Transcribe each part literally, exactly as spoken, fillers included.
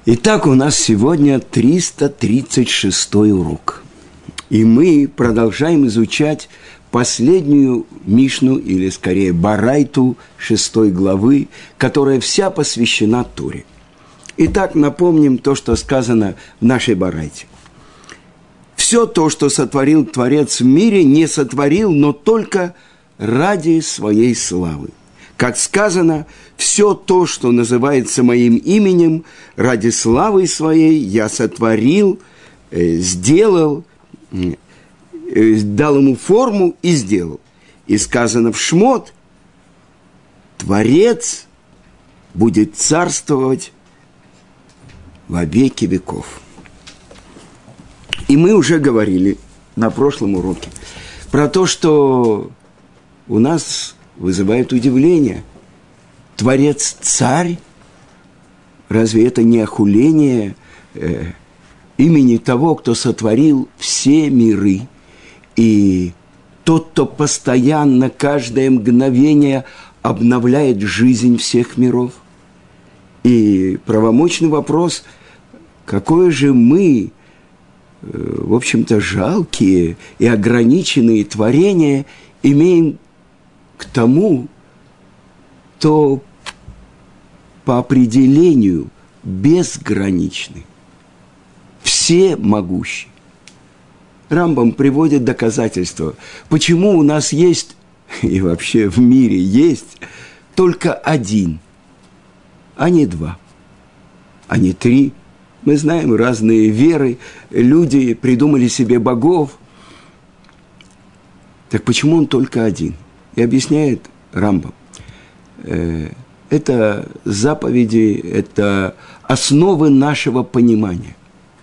Итак, у нас сегодня триста тридцать шестой урок. И мы продолжаем изучать последнюю Мишну, или скорее Барайту шестой главы, которая вся посвящена Торе. Итак, напомним то, что сказано в нашей Барайте. Все то, что сотворил Творец в мире, не сотворил, но только ради своей славы. Как сказано, все то, что называется моим именем, ради славы своей я сотворил, э, сделал, э, дал ему форму и сделал. И сказано в Шмот, Творец будет царствовать во веки веков. И мы уже говорили на прошлом уроке про то, что у нас вызывает удивление. Творец царь? Разве это не охуление э, имени того, кто сотворил все миры? И тот, кто постоянно, каждое мгновение обновляет жизнь всех миров? И правомочный вопрос, какое же мы, э, в общем-то, жалкие и ограниченные творения имеем к тому, кто по определению безграничный, всемогущий. Рамбам приводит доказательства, почему у нас есть, и вообще в мире есть, только один, а не два, а не три. Мы знаем разные веры, люди придумали себе богов. Так почему он только один? И объясняет Рамбам. Это заповеди, это основы нашего понимания.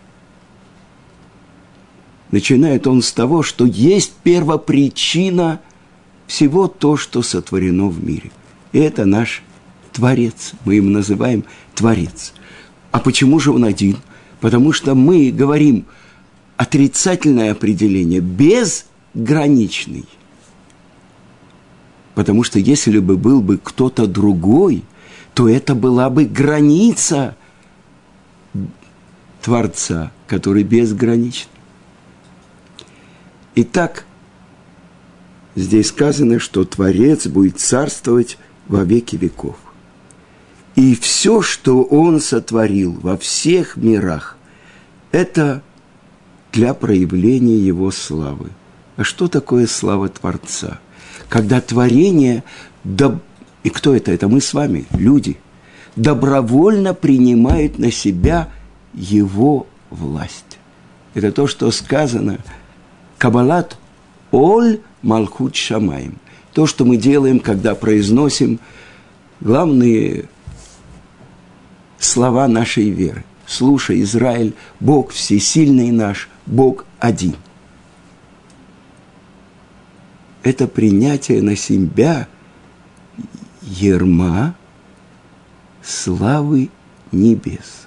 Начинает он с того, что есть первопричина всего то, что сотворено в мире. И это наш Творец. Мы им называем Творец. А почему же он один? Потому что мы говорим отрицательное определение, безграничный. Потому что если бы был бы кто-то другой, то это была бы граница Творца, который безграничен. Итак, здесь сказано, что Творец будет царствовать во веки веков. И все, что Он сотворил во всех мирах, это для проявления Его славы. А что такое слава Творца? Когда творение, доб... и кто это? Это мы с вами, люди, добровольно принимают на себя Его власть. Это то, что сказано «Кабалат оль малхут шамаим». То, что мы делаем, когда произносим главные слова нашей веры. «Слушай, Израиль, Бог всесильный наш, Бог один». Это принятие на себя ярма славы небес.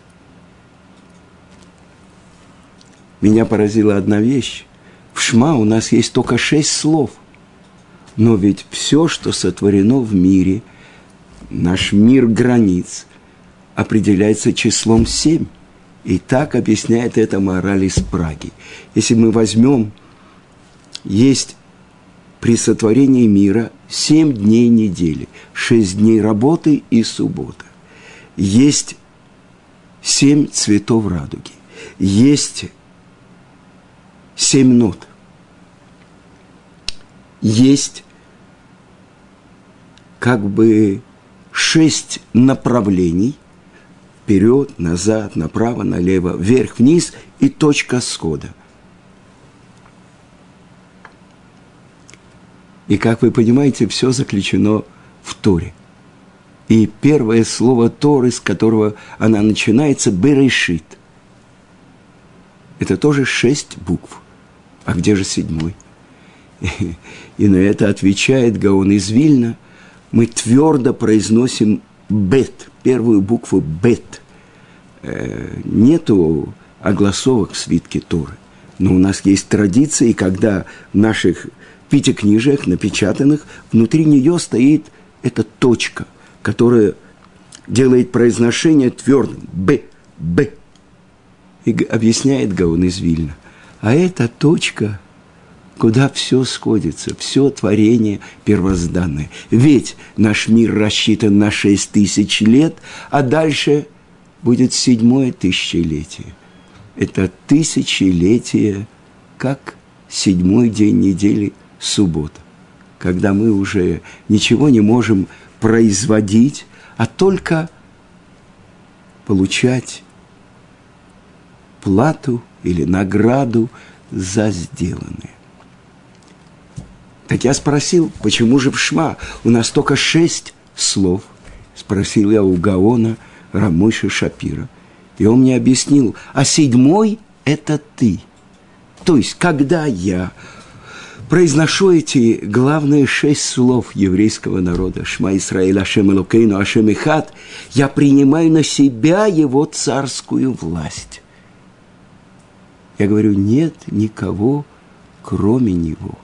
Меня поразила одна вещь. В Шма у нас есть только шесть слов. Но ведь все, что сотворено в мире, наш мир границ, определяется числом семь. И так объясняет это мораль из Праги. Если мы возьмем, есть при сотворении мира семь дней недели, шесть дней работы и суббота. Есть семь цветов радуги, есть семь нот, есть как бы шесть направлений, вперед, назад, направо, налево, вверх, вниз и точка схода. И, как вы понимаете, все заключено в Торе. И первое слово Торы, с которого она начинается, «Берешит». Это тоже шесть букв. А где же седьмой? И на это отвечает Гаон из Вильна. Мы твердо произносим «бет», первую букву «бет». Нету огласовок в свитке Торы. Но у нас есть традиции, когда в наших пятикнижиях, напечатанных, внутри нее стоит эта точка, которая делает произношение твердым. Б, Б. И объясняет Гаон из Вильна. А это точка, куда все сходится, все творение первозданное. Ведь наш мир рассчитан на шесть тысяч лет, а дальше будет седьмое тысячелетие. Это тысячелетие, как седьмой день недели, суббота, когда мы уже ничего не можем производить, а только получать плату или награду за сделанное. Так я спросил, почему же в Шма у нас только шесть слов? Спросил я у Гаона Рав Мойше Шапира. И он мне объяснил, а седьмой – это ты. То есть, когда я произношу эти главные шесть слов еврейского народа, Шма Исраэль, Ашем Элокейну, Ашем Эхад, я принимаю на себя его царскую власть. Я говорю, нет никого, кроме него.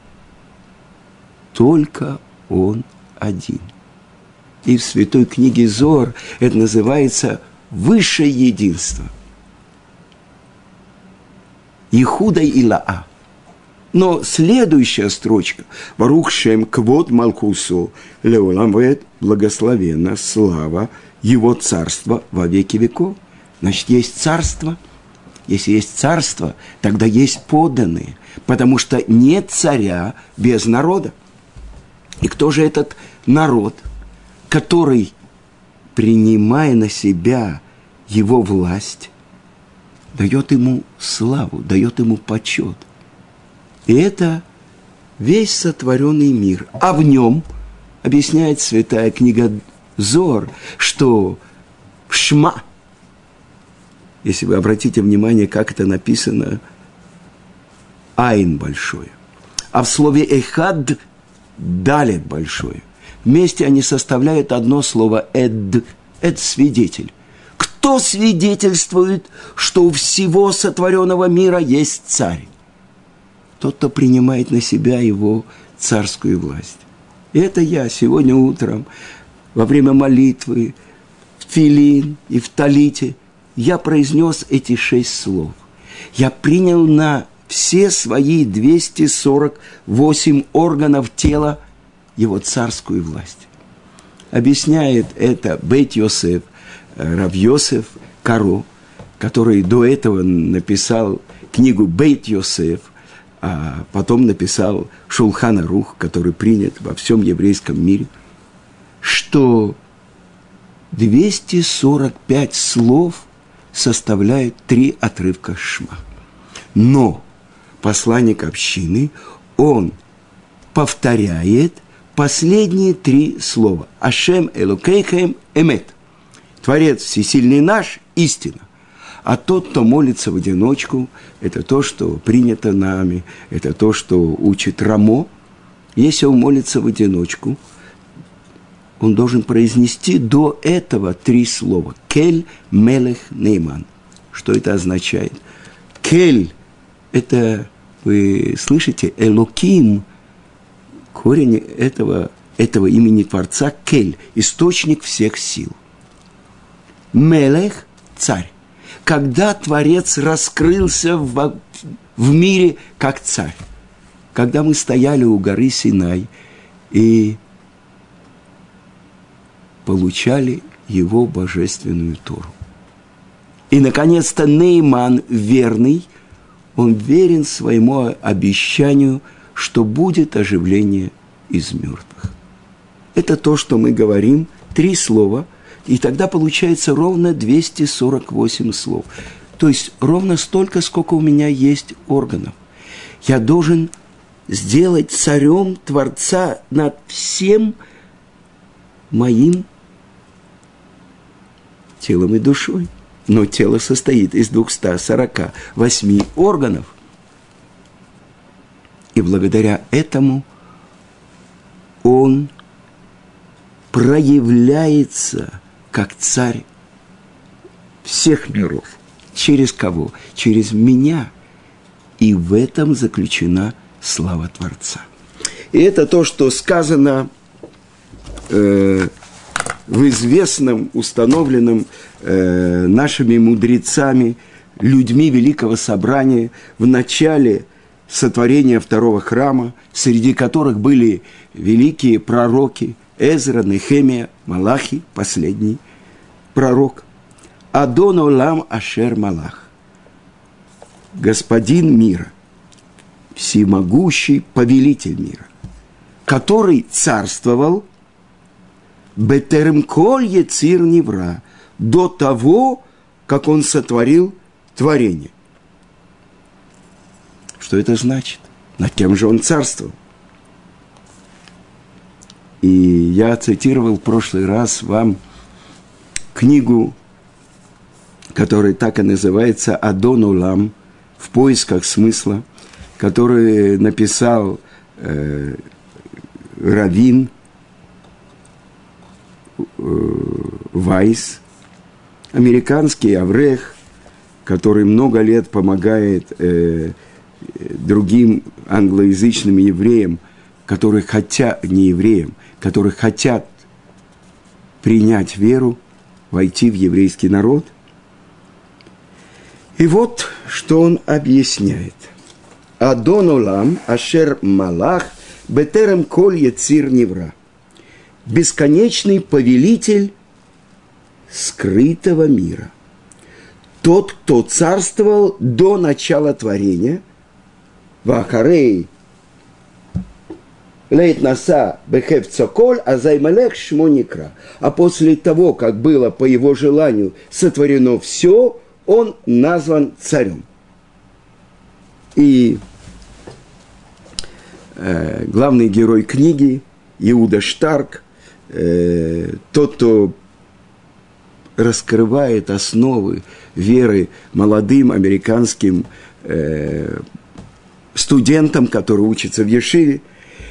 Только он один. И в святой книге Зоар это называется высшее единство. Ихуда Илаа. Но следующая строчка. Барух Шем Квод Малкусу Леолам Вед, благословенна слава его царства во веки веков. Значит, есть царство. Если есть царство, тогда есть подданные. Потому что нет царя без народа. И кто же этот народ, который, принимая на себя его власть, дает ему славу, дает ему почет. И это весь сотворенный мир. А в нем, объясняет святая книга Зоар, что в Шма, если вы обратите внимание, как это написано, Айн большое, а в слове Эхад Далет большое. Вместе они составляют одно слово «эд». «Эд» – свидетель. Кто свидетельствует, что у всего сотворенного мира есть царь? Тот, кто принимает на себя его царскую власть. И это я сегодня утром, во время молитвы, в Тфилин и в Талите, я произнес эти шесть слов. Я принял на все свои двести сорок восемь органов тела его царскую власть. Объясняет это Бейт Йосеф, Рав Йосеф Каро, который до этого написал книгу Бейт Йосеф, а потом написал Шулхан Арух, который принят во всем еврейском мире, что двести сорок пять слов составляют три отрывка Шма. Но посланник общины, он повторяет последние три слова. Ашем Элокейхем Эмет. Творец всесильный наш, истина. А тот, кто молится в одиночку, это то, что принято нами, это то, что учит Рамо. Если он молится в одиночку, он должен произнести до этого три слова. Кель Мелех Нейман. Что это означает? Кель – это, вы слышите, Элоким, корень этого, этого имени Творца, Кель, источник всех сил. Мелех – царь. Когда Творец раскрылся в, в мире как царь. Когда мы стояли у горы Синай и получали его божественную Тору. И, наконец-то, Нейман, верный, он верен своему обещанию, что будет оживление из мертвых. Это то, что мы говорим, три слова, и тогда получается ровно двести сорок восемь слов. То есть ровно столько, сколько у меня есть органов. Я должен сделать царем Творца над всем моим телом и душой. Но тело состоит из двухсот сорока восьми органов. И благодаря этому он проявляется как царь всех миров. Через кого? Через меня. И в этом заключена слава Творца. И это то, что сказано э, в известном, установленном э, нашими мудрецами, людьми Великого Собрания в начале сотворения второго храма, среди которых были великие пророки Эзра, Нехемия, Малахи, последний пророк. Адон Олам Ашер Малах. Господин мира, всемогущий повелитель мира, который царствовал Бетерем коль ецир невра, до того, как он сотворил творение. Что это значит? Над кем же он царствовал? И я цитировал в прошлый раз вам книгу, которая так и называется «Адон Олам. В поисках смысла», которую написал э, раввин э, Вайс, американский аврех, который много лет помогает э, другим англоязычным евреям, которые хотят, не евреям, которые хотят принять веру, войти в еврейский народ. И вот, что он объясняет. Адон Олам Ашер Малах Бетерем коль ецир невра. Бесконечный повелитель скрытого мира. Тот, кто царствовал до начала творения, Вахарей Лейт Наса Бехев Цоколь Азаймалех Шмоникра. А после того, как было по его желанию сотворено все, он назван царем. И э, главный герой книги Иуда Штарк, э, тот, кто раскрывает основы веры молодым американским э, студентам, которые учатся в Ешиве.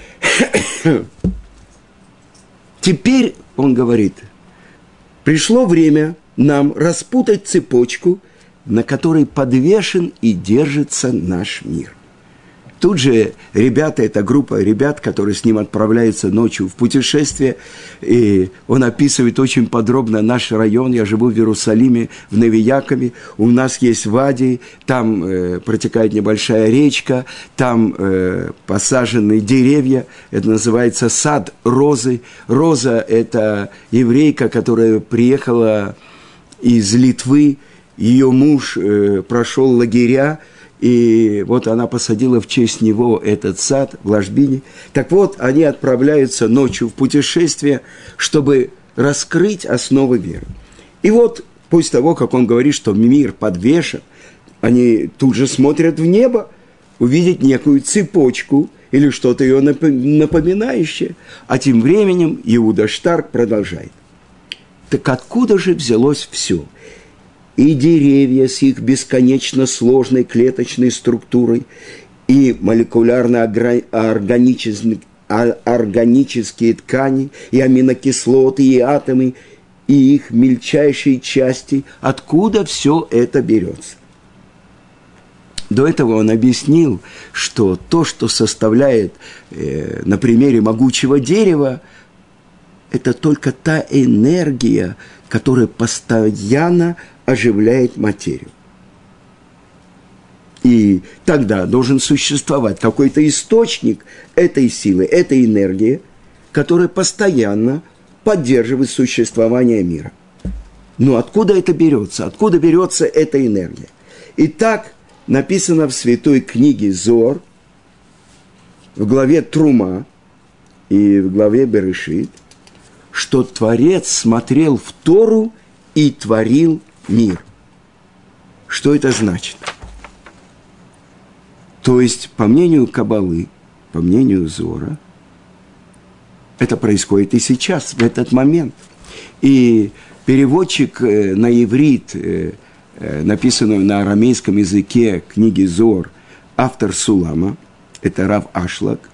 Теперь, он говорит, пришло время нам распутать цепочку, на которой подвешен и держится наш мир. Тут же ребята, это группа ребят, которые с ним отправляются ночью в путешествие, и он описывает очень подробно наш район. Я живу в Иерусалиме, в Неви-Якове, у нас есть вади, там э, протекает небольшая речка, там э, посажены деревья, это называется сад розы. Роза – это еврейка, которая приехала из Литвы, ее муж э, прошел лагеря, и вот она посадила в честь него этот сад в ложбине. Так вот, они отправляются ночью в путешествие, чтобы раскрыть основы веры. И вот, после того, как он говорит, что мир подвешен, они тут же смотрят в небо, увидеть некую цепочку или что-то ее напоминающее. А тем временем Иуда Штарк продолжает. Так откуда же взялось все? И деревья с их бесконечно сложной клеточной структурой, и молекулярно-органические органические ткани, и аминокислоты, и атомы, и их мельчайшие части. Откуда все это берется? До этого он объяснил, что то, что составляет э, на примере могучего дерева, это только та энергия, которая постоянно оживляет материю. И тогда должен существовать какой-то источник этой силы, этой энергии, которая постоянно поддерживает существование мира. Но откуда это берется? Откуда берется эта энергия? Итак, написано в святой книге Зоар, в главе Трума и в главе Берешит, что Творец смотрел в Тору и творил мир. Что это значит? То есть, по мнению Каббалы, по мнению Зора, это происходит и сейчас, в этот момент. И переводчик на иврит, написанную на арамейском языке книги Зор, автор Сулама, это Рав Ашлак,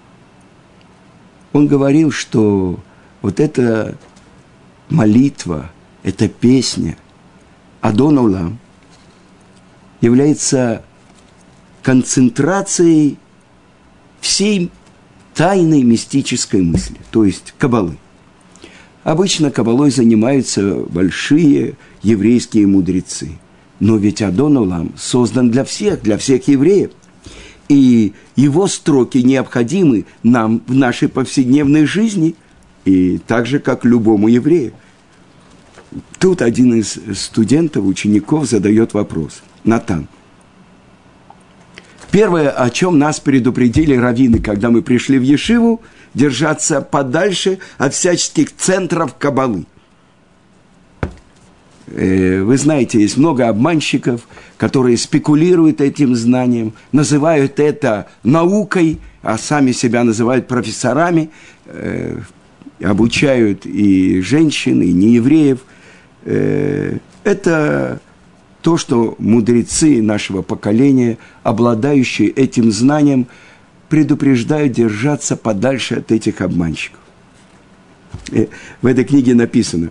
он говорил, что вот эта молитва, эта песня Адон Олам является концентрацией всей тайной мистической мысли, то есть Каббалы. Обычно кабалой занимаются большие еврейские мудрецы. Но ведь Адон Олам создан для всех, для всех евреев. И его строки необходимы нам в нашей повседневной жизни, и так же, как любому еврею. Тут один из студентов, учеников задает вопрос. Натан. Первое, о чем нас предупредили раввины, когда мы пришли в Ешиву, держаться подальше от всяческих центров кабалы. Вы знаете, есть много обманщиков, которые спекулируют этим знанием, называют это наукой, а сами себя называют профессорами, обучают и женщин, и неевреев. Это то, что мудрецы нашего поколения, обладающие этим знанием, предупреждают держаться подальше от этих обманщиков. В этой книге написано,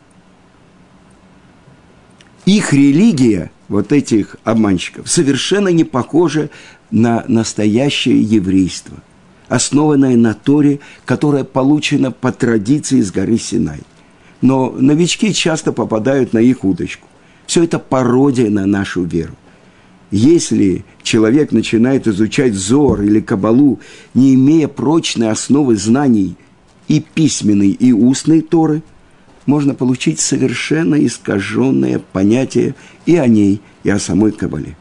их религия, вот этих обманщиков, совершенно не похожа на настоящее еврейство, основанное на Торе, которое получено по традиции с горы Синай. Но новички часто попадают на их удочку. Все это пародия на нашу веру. Если человек начинает изучать Зоар или Кабалу, не имея прочной основы знаний и письменной, и устной Торы, можно получить совершенно искаженное понятие и о ней, и о самой Кабале.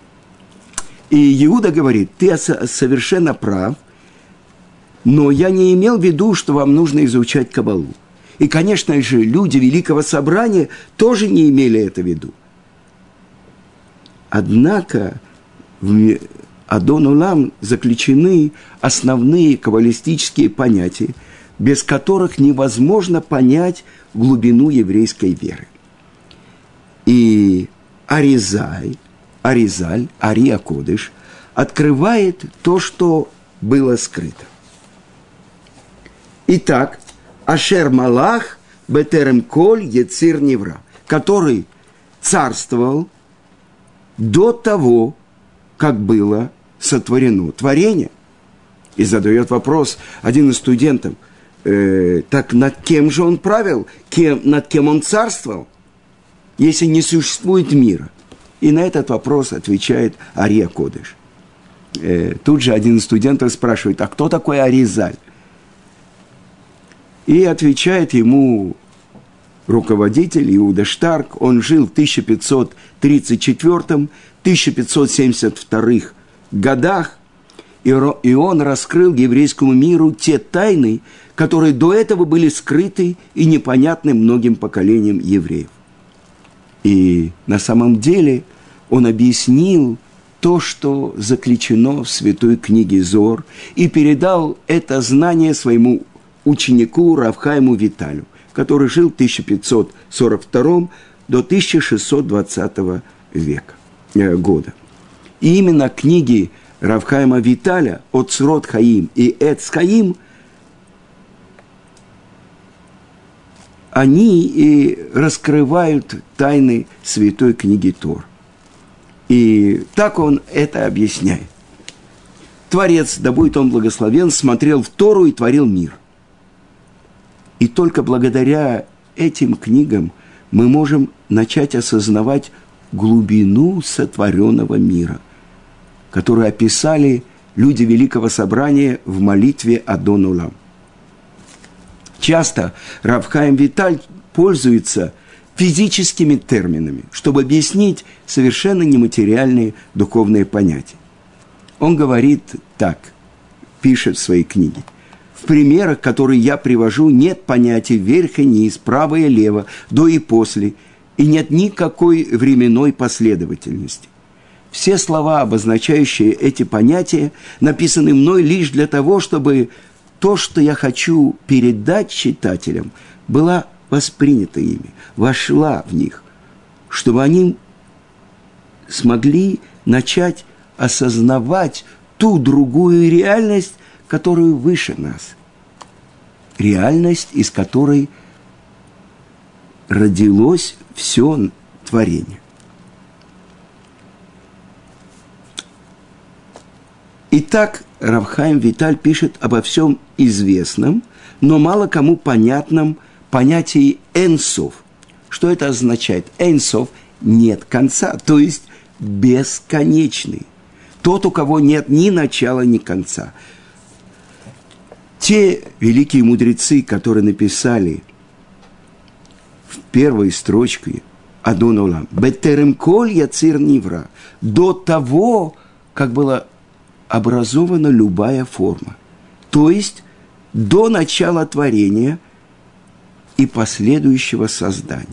И Иуда говорит, ты совершенно прав, но я не имел в виду, что вам нужно изучать Кабалу. И, конечно же, люди Великого Собрания тоже не имели это в виду. Однако в Адон Олам заключены основные каббалистические понятия, без которых невозможно понять глубину еврейской веры. И Аризаль, Аризаль, Ари Акодыш, открывает то, что было скрыто. Итак, Ашер Малах Бетерем Коль Ецир Невра, который царствовал до того, как было сотворено творение. И задает вопрос один из студентов, э, так над кем же он правил, кем, над кем он царствовал, если не существует мира? И на этот вопрос отвечает Ари Акодыш. Э, тут же один из студентов спрашивает, а кто такой Аризаль? И отвечает ему руководитель Иуда Штарк. Он жил в тысяча пятьсот тридцать четвёртом — тысяча пятьсот семьдесят втором годах, и он раскрыл еврейскому миру те тайны, которые до этого были скрыты и непонятны многим поколениям евреев. И на самом деле он объяснил то, что заключено в святой книге Зоар, и передал это знание своему ученику Рав Хаиму Виталю, который жил в тысяча пятьсот сорок втором до тысяча шестьсот двадцатого века, э, года. И именно книги Рав Хаима Виталя «Оцрот Хаим» и «Эц Хаим» они и раскрывают тайны святой книги Тор. И так он это объясняет. Творец, да будет он благословен, смотрел в Тору и творил мир. И только благодаря этим книгам мы можем начать осознавать глубину сотворенного мира, которую описали люди Великого Собрания в молитве Адон Олам. Часто Рав Хаим Виталь пользуется физическими терминами, чтобы объяснить совершенно нематериальные духовные понятия. Он говорит так, пишет в своей книге. В примерах, которые я привожу, нет понятия вверх и низ, право и лево, до и после, и нет никакой временной последовательности. Все слова, обозначающие эти понятия, написаны мной лишь для того, чтобы то, что я хочу передать читателям, было воспринято ими, вошла в них, чтобы они смогли начать осознавать ту другую реальность, которую выше нас. Реальность, из которой родилось все творение. Итак, Рав Хаим Виталь пишет обо всем известном, но мало кому понятном понятии «энсов». Что это означает? «Энсов» – нет конца, то есть бесконечный. Тот, у кого нет ни начала, ни конца. Те великие мудрецы, которые написали в первой строчке «Адон Олам», «Бетерем коль яцир нивра», до того, как была образована любая форма. То есть до начала творения и последующего создания.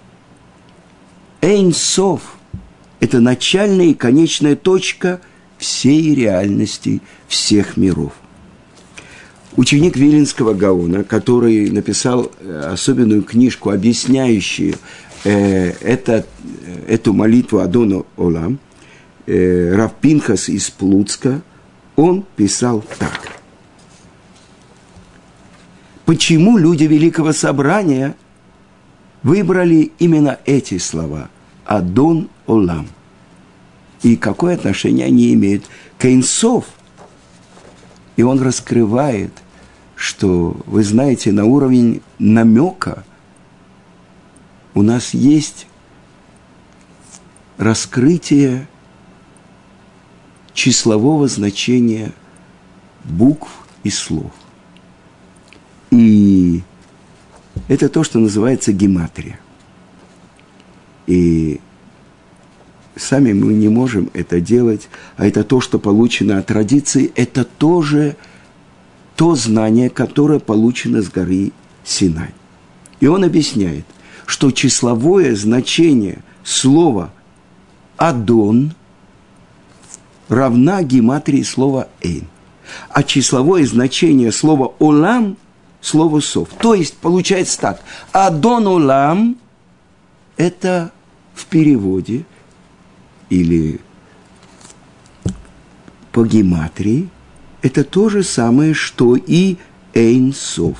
Эйн Сов – это начальная и конечная точка всей реальности всех миров. Ученик Виленского Гаона, который написал особенную книжку, объясняющую э, это, эту молитву Адон Олам, э, Рав Пинхас из Плуцка, он писал так. Почему люди Великого Собрания выбрали именно эти слова «Адон Олам»? И какое отношение они имеют к Эйн Сов? И он раскрывает, что, вы знаете, на уровень намека у нас есть раскрытие числового значения букв и слов. И это то, что называется гематрия. И сами мы не можем это делать, а это то, что получено от традиции, это тоже то знание, которое получено с горы Синай. И он объясняет, что числовое значение слова «адон» равна гематрии слова «эйн», а числовое значение слова «олам» – слово «сов». То есть, получается так, «адон олам» – это в переводе или по гематрии это то же самое, что и «эйн сов».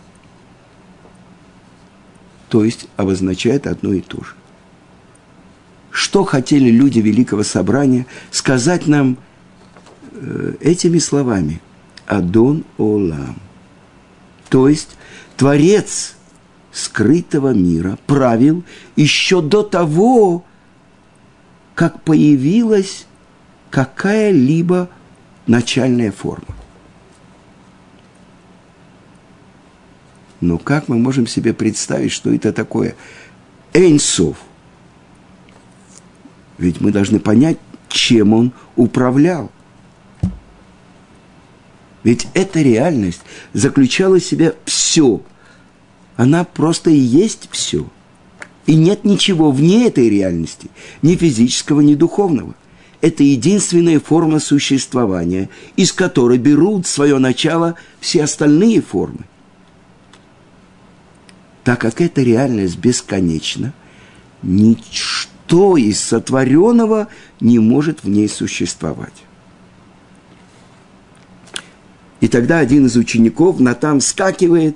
То есть обозначает одно и то же. Что хотели люди Великого Собрания сказать нам э, этими словами? «Адон Олам». То есть Творец скрытого мира правил еще до того, как появилась какая-либо начальная форма. Но как мы можем себе представить, что это такое Эйн Сов? Ведь мы должны понять, чем он управлял. Ведь эта реальность заключала в себе все. Она просто и есть все. И нет ничего вне этой реальности, ни физического, ни духовного. Это единственная форма существования, из которой берут свое начало все остальные формы. Так как эта реальность бесконечна, ничто из сотворенного не может в ней существовать. И тогда один из учеников, Натан, вскакивает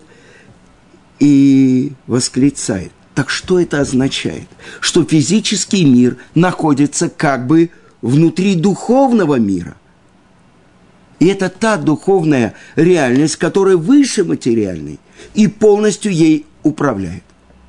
и восклицает. Так что это означает? Что физический мир находится как бы внутри духовного мира. И это та духовная реальность, которая выше материальной и полностью ей управляет.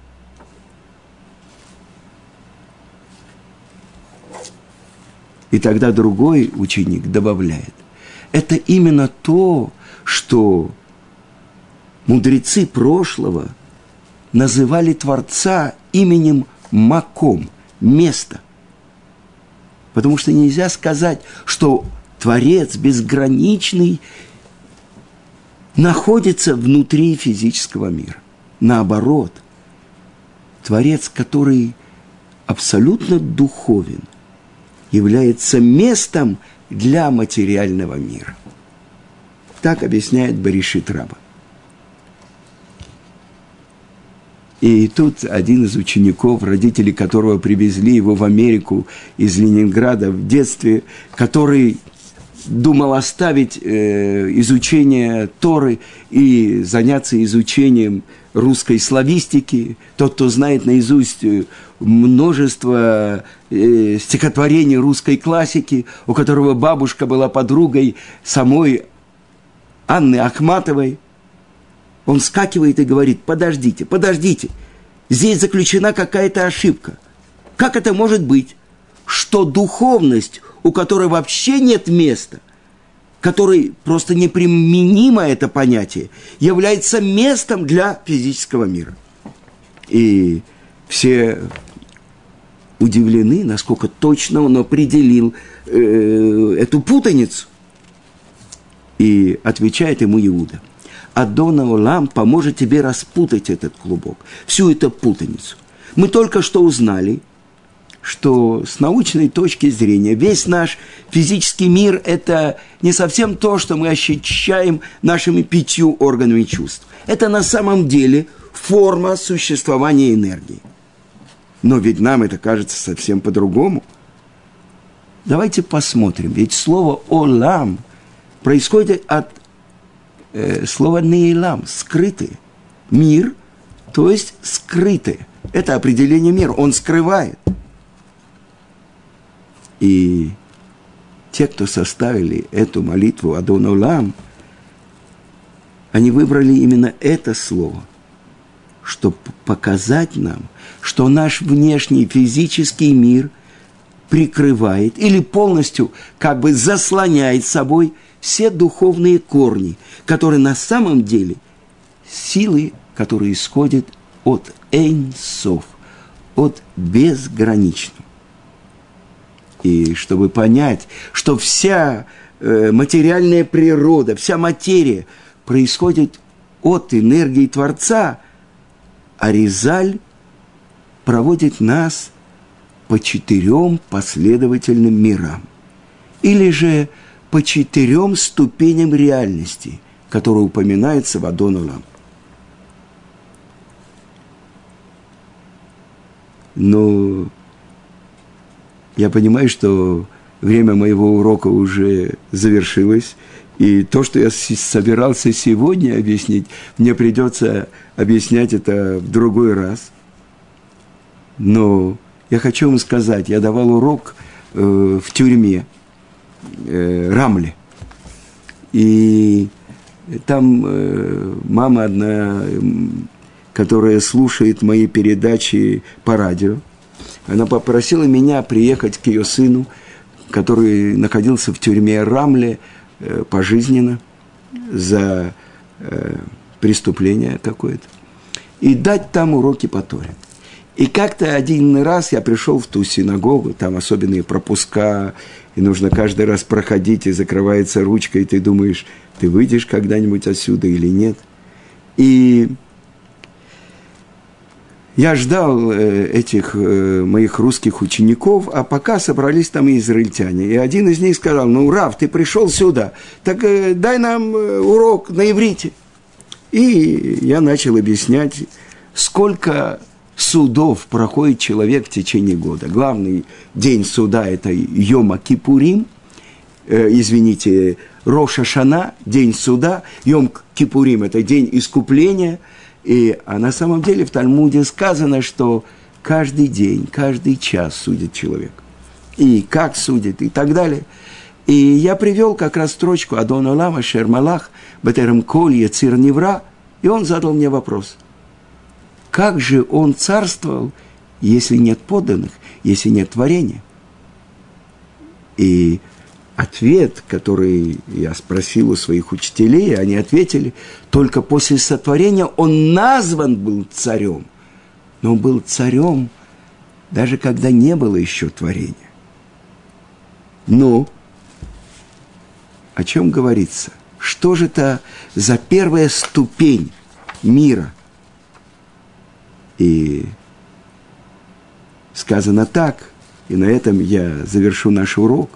И тогда другой ученик добавляет. Это именно то, что мудрецы прошлого называли Творца именем Маком, место. Потому что нельзя сказать, что Творец безграничный находится внутри физического мира. Наоборот, Творец, который абсолютно духовен, является местом для материального мира. Так объясняет Берешит Раба. И тут один из учеников, родители которого привезли его в Америку из Ленинграда в детстве, который думал оставить э, изучение Торы и заняться изучением русской славистики, тот, кто знает наизусть множество э, стихотворений русской классики, у которого бабушка была подругой самой Анны Ахматовой. Он вскакивает и говорит: подождите, подождите, здесь заключена какая-то ошибка. Как это может быть, что духовность, у которой вообще нет места, которой просто неприменимо это понятие, является местом для физического мира? И все удивлены, насколько точно он определил э, эту путаницу. И отвечает ему Иуда: Адон Олам поможет тебе распутать этот клубок, всю эту путаницу. Мы только что узнали, что с научной точки зрения весь наш физический мир – это не совсем то, что мы ощущаем нашими пятью органами чувств. Это на самом деле форма существования энергии. Но ведь нам это кажется совсем по-другому. Давайте посмотрим. Ведь слово «олам» происходит от э, слова «неилам» – «скрытый». Мир, то есть «скрытый». Это определение мира. Он скрывает. И те, кто составили эту молитву «Адон Олам», они выбрали именно это слово, чтобы показать нам, что наш внешний физический мир прикрывает или полностью как бы заслоняет собой все духовные корни, которые на самом деле силы, которые исходят от Эйн Соф, от безграничного. И чтобы понять, что вся э, материальная природа, вся материя происходит от энергии Творца, Аризаль проводит нас по четырем последовательным мирам, или же по четырем ступеням реальности, которые упоминаются в Адон Олам. Но я понимаю, что время моего урока уже завершилось, и то, что я собирался сегодня объяснить, мне придется объяснять это в другой раз. Но я хочу вам сказать, я давал урок э, в тюрьме, э, Рамле. И там э, мама одна, которая слушает мои передачи по радио, она попросила меня приехать к ее сыну, который находился в тюрьме Рамле э, пожизненно за э, преступление какое-то, и дать там уроки по Торе. И как-то один раз я пришел в ту синагогу, там особенные пропуска, и нужно каждый раз проходить, и закрывается ручка, и ты думаешь, ты выйдешь когда-нибудь отсюда или нет. И я ждал э, этих э, моих русских учеников, а пока собрались там и израильтяне. И один из них сказал: ну, Рав, ты пришел сюда, так э, дай нам э, урок на иврите. И я начал объяснять, сколько судов проходит человек в течение года. Главный день суда – это Йома Кипурим, э, извините, Рош ха-Шана, день суда. Йом Кипурим – это день искупления. И, а на самом деле в Талмуде сказано, что каждый день, каждый час судит человек. И как судит, и так далее. И я привел как раз строчку «Адон Олам ашер малах бетерем коль яцир невра», и он задал мне вопрос. Как же он царствовал, если нет подданных, если нет творения? И ответ, который я спросил у своих учителей, они ответили, только после сотворения он назван был царем. Но он был царем, даже когда не было еще творения. Но о чем говорится? Что же это за первая ступень мира? И сказано так, и на этом я завершу наш урок.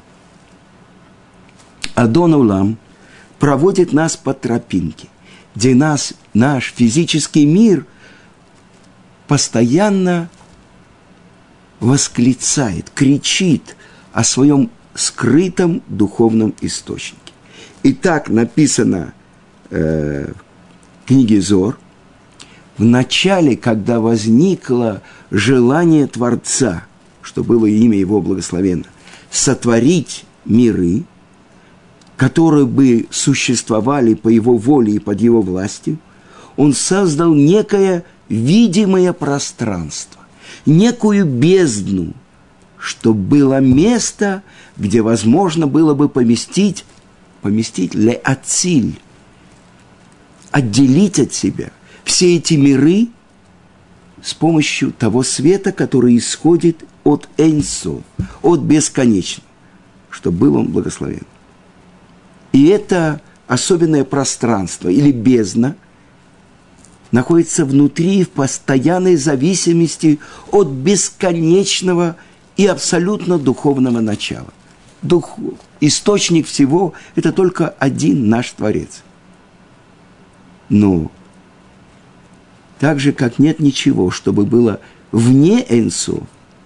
Адон Олам проводит нас по тропинке, где нас, наш физический мир постоянно восклицает, кричит о своем скрытом духовном источнике. И так написано э, в книге Зор: в начале, когда возникло желание Творца, что было имя Его благословенно, сотворить миры, которые бы существовали по Его воле и под Его властью, Он создал некое видимое пространство, некую бездну, чтобы было место, где возможно было бы поместить, поместить леациль, отделить от себя все эти миры с помощью того света, который исходит от Эйн-Соф, от бесконечного, чтобы был он благословен. И это особенное пространство или бездна находится внутри в постоянной зависимости от бесконечного и абсолютно духовного начала. Дух, источник всего – это только один наш Творец. Но так же, как нет ничего, чтобы было вне Эйн-Соф,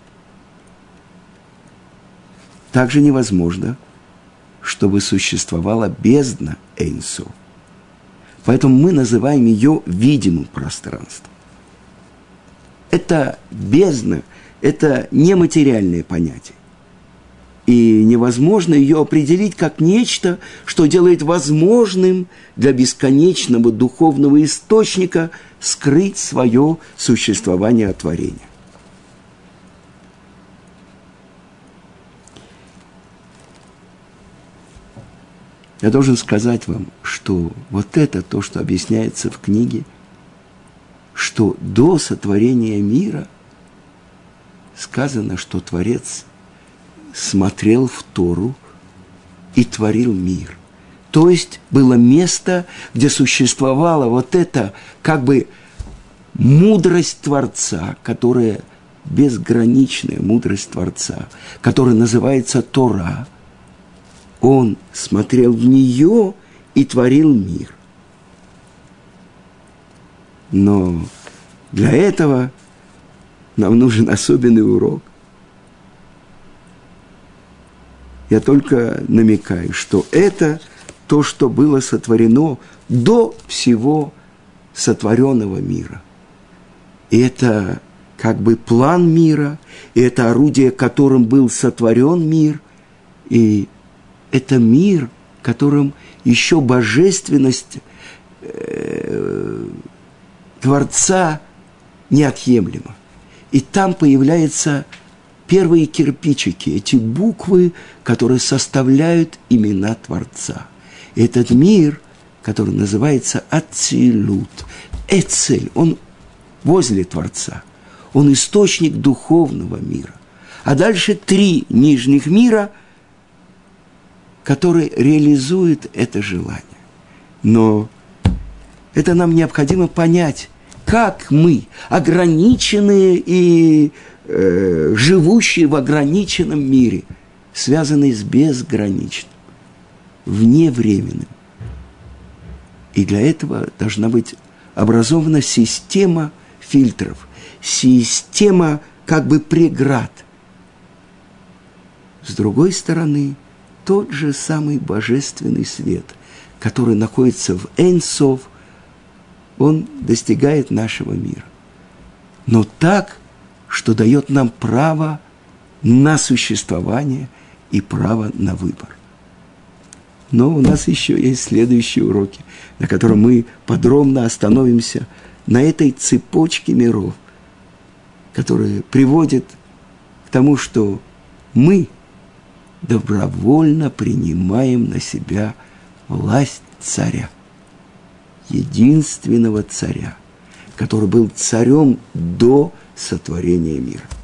так же невозможно, чтобы существовала бездна Эйн-Соф. Поэтому мы называем ее видимым пространством. Это бездна, это нематериальное понятие. И невозможно ее определить как нечто, что делает возможным для бесконечного духовного источника скрыть свое существование от творения. Я должен сказать вам, что вот это то, что объясняется в книге, что до сотворения мира сказано, что Творец смотрел в Тору и творил мир. То есть было место, где существовала вот эта как бы мудрость Творца, которая безграничная мудрость Творца, которая называется Тора. Он смотрел в нее и творил мир. Но для этого нам нужен особенный урок. Я только намекаю, что это то, что было сотворено до всего сотворенного мира. И это как бы план мира, и это орудие, которым был сотворен мир, и это мир, которым еще божественность э, Творца неотъемлема. И там появляются первые кирпичики, эти буквы, которые составляют имена Творца. И этот мир, который называется Ацилут, Эцель, он возле Творца, он источник духовного мира. А дальше три нижних мира, которые реализуют это желание. Но это нам необходимо понять, как мы, ограниченные и э, живущие в ограниченном мире, связаны с безграничным, вневременным. И для этого должна быть образована система фильтров, система как бы преград. С другой стороны, тот же самый божественный свет, который находится в Эйн-Соф, он достигает нашего мира. Но так, что дает нам право на существование и право на выбор. Но у нас еще есть следующие уроки, на котором мы подробно остановимся на этой цепочке миров, которая приводит к тому, что мы добровольно принимаем на себя власть царя, единственного царя, который был царем до сотворения мира.